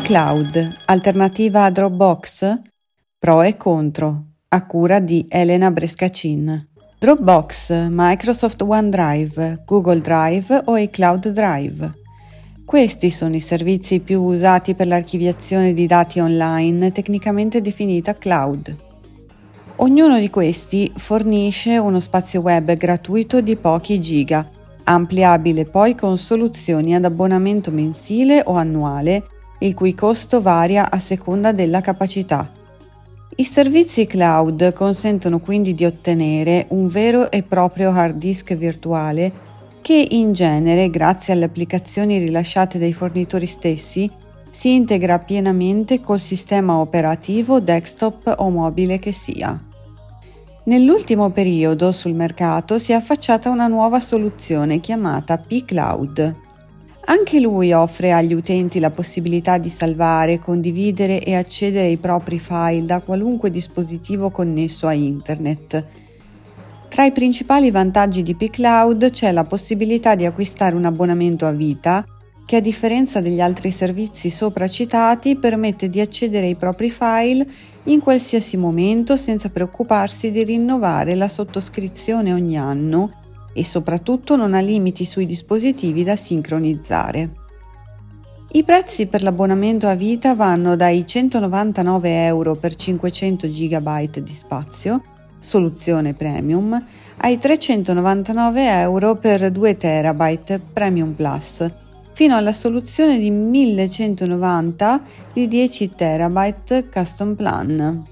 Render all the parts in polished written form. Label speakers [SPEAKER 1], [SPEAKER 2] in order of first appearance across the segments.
[SPEAKER 1] pCloud, alternativa a Dropbox? Pro e contro, a cura di Elena Brescacin. Dropbox, Microsoft OneDrive, Google Drive o iCloud Drive. Questi sono i servizi più usati per l'archiviazione di dati online, tecnicamente definita cloud. Ognuno di questi fornisce uno spazio web gratuito di pochi giga, ampliabile poi con soluzioni ad abbonamento mensile o annuale, il cui costo varia a seconda della capacità. I servizi cloud consentono quindi di ottenere un vero e proprio hard disk virtuale che in genere, grazie alle applicazioni rilasciate dai fornitori stessi, si integra pienamente col sistema operativo desktop o mobile che sia. Nell'ultimo periodo sul mercato si è affacciata una nuova soluzione chiamata pCloud. Anche lui offre agli utenti la possibilità di salvare, condividere e accedere ai propri file da qualunque dispositivo connesso a internet. Tra i principali vantaggi di pCloud c'è la possibilità di acquistare un abbonamento a vita che, a differenza degli altri servizi sopra citati, permette di accedere ai propri file in qualsiasi momento senza preoccuparsi di rinnovare la sottoscrizione ogni anno e soprattutto non ha limiti sui dispositivi da sincronizzare. I prezzi per l'abbonamento a vita vanno dai 199 euro per 500 GB di spazio, soluzione premium, ai 399 euro per 2 TB Premium Plus, fino alla soluzione di 1190 di 10 TB Custom Plan.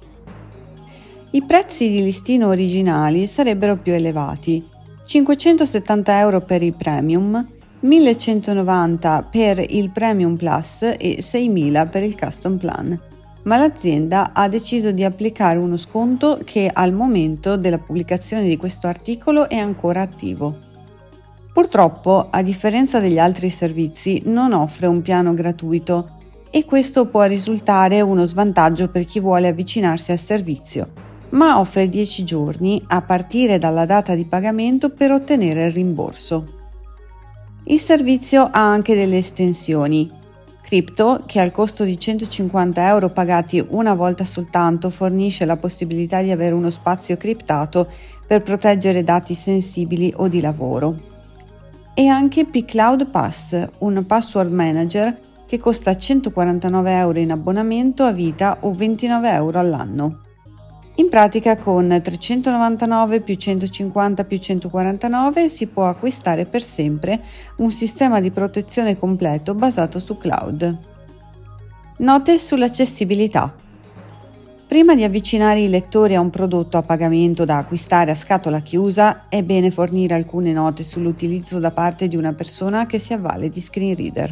[SPEAKER 1] I prezzi di listino originali sarebbero più elevati: 570 euro per il Premium, 1190 per il Premium Plus e 6000 per il Custom Plan, ma l'azienda ha deciso di applicare uno sconto che al momento della pubblicazione di questo articolo è ancora attivo. Purtroppo, a differenza degli altri servizi, non offre un piano gratuito e questo può risultare uno svantaggio per chi vuole avvicinarsi al servizio, ma offre 10 giorni a partire dalla data di pagamento per ottenere il rimborso. Il servizio ha anche delle estensioni. Crypto, che al costo di 150 euro pagati una volta soltanto, fornisce la possibilità di avere uno spazio criptato per proteggere dati sensibili o di lavoro. E anche pCloud Pass, un password manager che costa 149 euro in abbonamento a vita o 29 euro all'anno. In pratica, con 399 più 150 più 149 si può acquistare per sempre un sistema di protezione completo basato su cloud. Note sull'accessibilità. Prima di avvicinare i lettori a un prodotto a pagamento da acquistare a scatola chiusa, è bene fornire alcune note sull'utilizzo da parte di una persona che si avvale di screen reader.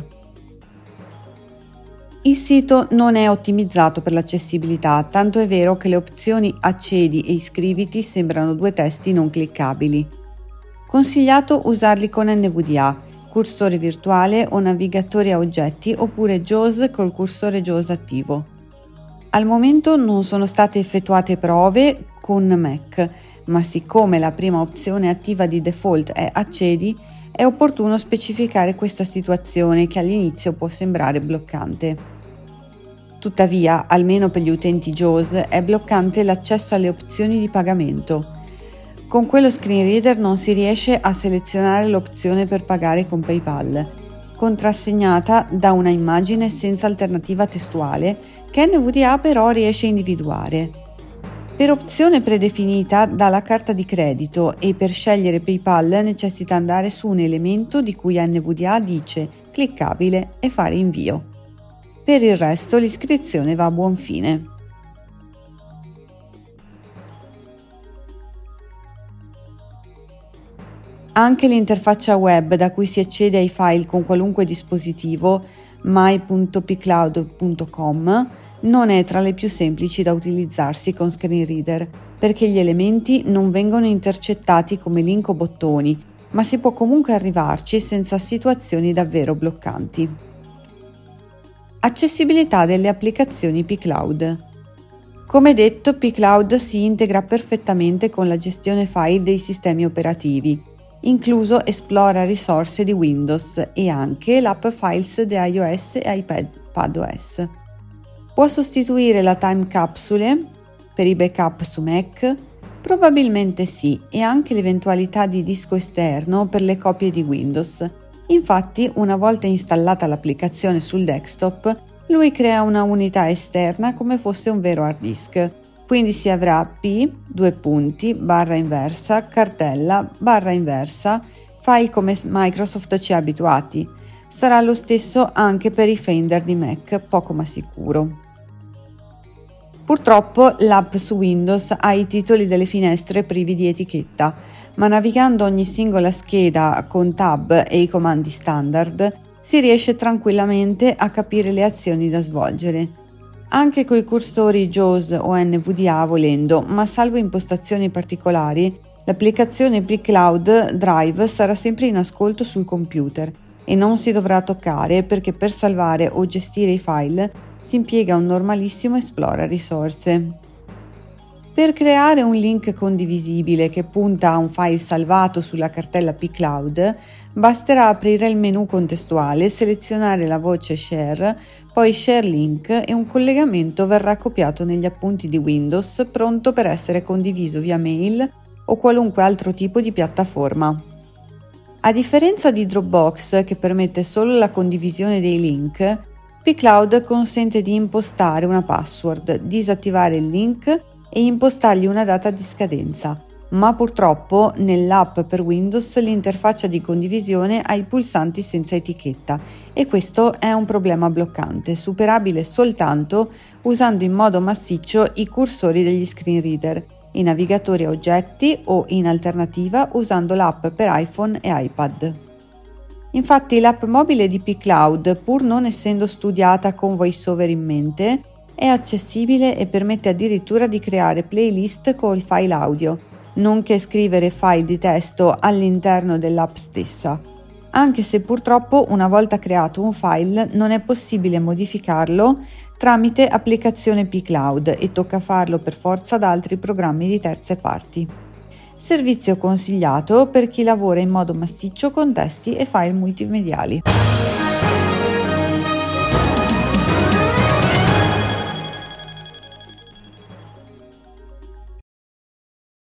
[SPEAKER 1] Il sito non è ottimizzato per l'accessibilità, tanto è vero che le opzioni accedi e iscriviti sembrano due testi non cliccabili. Consigliato usarli con NVDA, cursore virtuale o navigatore a oggetti, oppure JAWS col cursore JAWS attivo. Al momento non sono state effettuate prove con Mac, ma siccome la prima opzione attiva di default è accedi, è opportuno specificare questa situazione che all'inizio può sembrare bloccante. Tuttavia, almeno per gli utenti JAWS, è bloccante l'accesso alle opzioni di pagamento. Con quello screen reader non si riesce a selezionare l'opzione per pagare con PayPal, contrassegnata da una immagine senza alternativa testuale che NVDA però riesce a individuare. Per opzione predefinita dà la carta di credito e per scegliere PayPal necessita andare su un elemento di cui NVDA dice cliccabile e fare invio. Per il resto l'iscrizione va a buon fine. Anche l'interfaccia web da cui si accede ai file con qualunque dispositivo, my.pcloud.com, non è tra le più semplici da utilizzarsi con screen reader, perché gli elementi non vengono intercettati come link o bottoni, ma si può comunque arrivarci senza situazioni davvero bloccanti. Accessibilità delle applicazioni pCloud. Come detto, pCloud si integra perfettamente con la gestione file dei sistemi operativi. incluso esplora risorse di Windows e anche l'app Files di iOS e iPadOS. Può sostituire la Time Capsule per i backup su Mac? Probabilmente sì, e anche l'eventualità di disco esterno per le copie di Windows. Infatti, una volta installata l'applicazione sul desktop, lui crea una unità esterna come fosse un vero hard disk. Quindi si avrà P, barra inversa, cartella, barra inversa, file come Microsoft ci ha abituati. Sarà lo stesso anche per i Finder di Mac, poco ma sicuro. Purtroppo l'app su Windows ha i titoli delle finestre privi di etichetta, ma navigando ogni singola scheda con tab e i comandi standard si riesce tranquillamente a capire le azioni da svolgere. Anche coi cursori JAWS o NVDA volendo, ma salvo impostazioni particolari, l'applicazione pCloud Drive sarà sempre in ascolto sul computer e non si dovrà toccare perché per salvare o gestire i file si impiega un normalissimo esplora risorse. Per creare un link condivisibile che punta a un file salvato sulla cartella pCloud, basterà aprire il menu contestuale, selezionare la voce Share, poi Share Link e un collegamento verrà copiato negli appunti di Windows pronto per essere condiviso via mail o qualunque altro tipo di piattaforma. A differenza di Dropbox, che permette solo la condivisione dei link, pCloud consente di impostare una password, disattivare il link e impostargli una data di scadenza, ma purtroppo nell'app per Windows l'interfaccia di condivisione ha i pulsanti senza etichetta e questo è un problema bloccante, superabile soltanto usando in modo massiccio i cursori degli screen reader, i navigatori a oggetti o in alternativa usando l'app per iPhone e iPad. Infatti l'app mobile di pCloud, pur non essendo studiata con VoiceOver in mente, è accessibile e permette addirittura di creare playlist con file audio, nonché scrivere file di testo all'interno dell'app stessa, anche se purtroppo una volta creato un file non è possibile modificarlo tramite applicazione pCloud e tocca farlo per forza da altri programmi di terze parti. Servizio consigliato per chi lavora in modo massiccio con testi e file multimediali.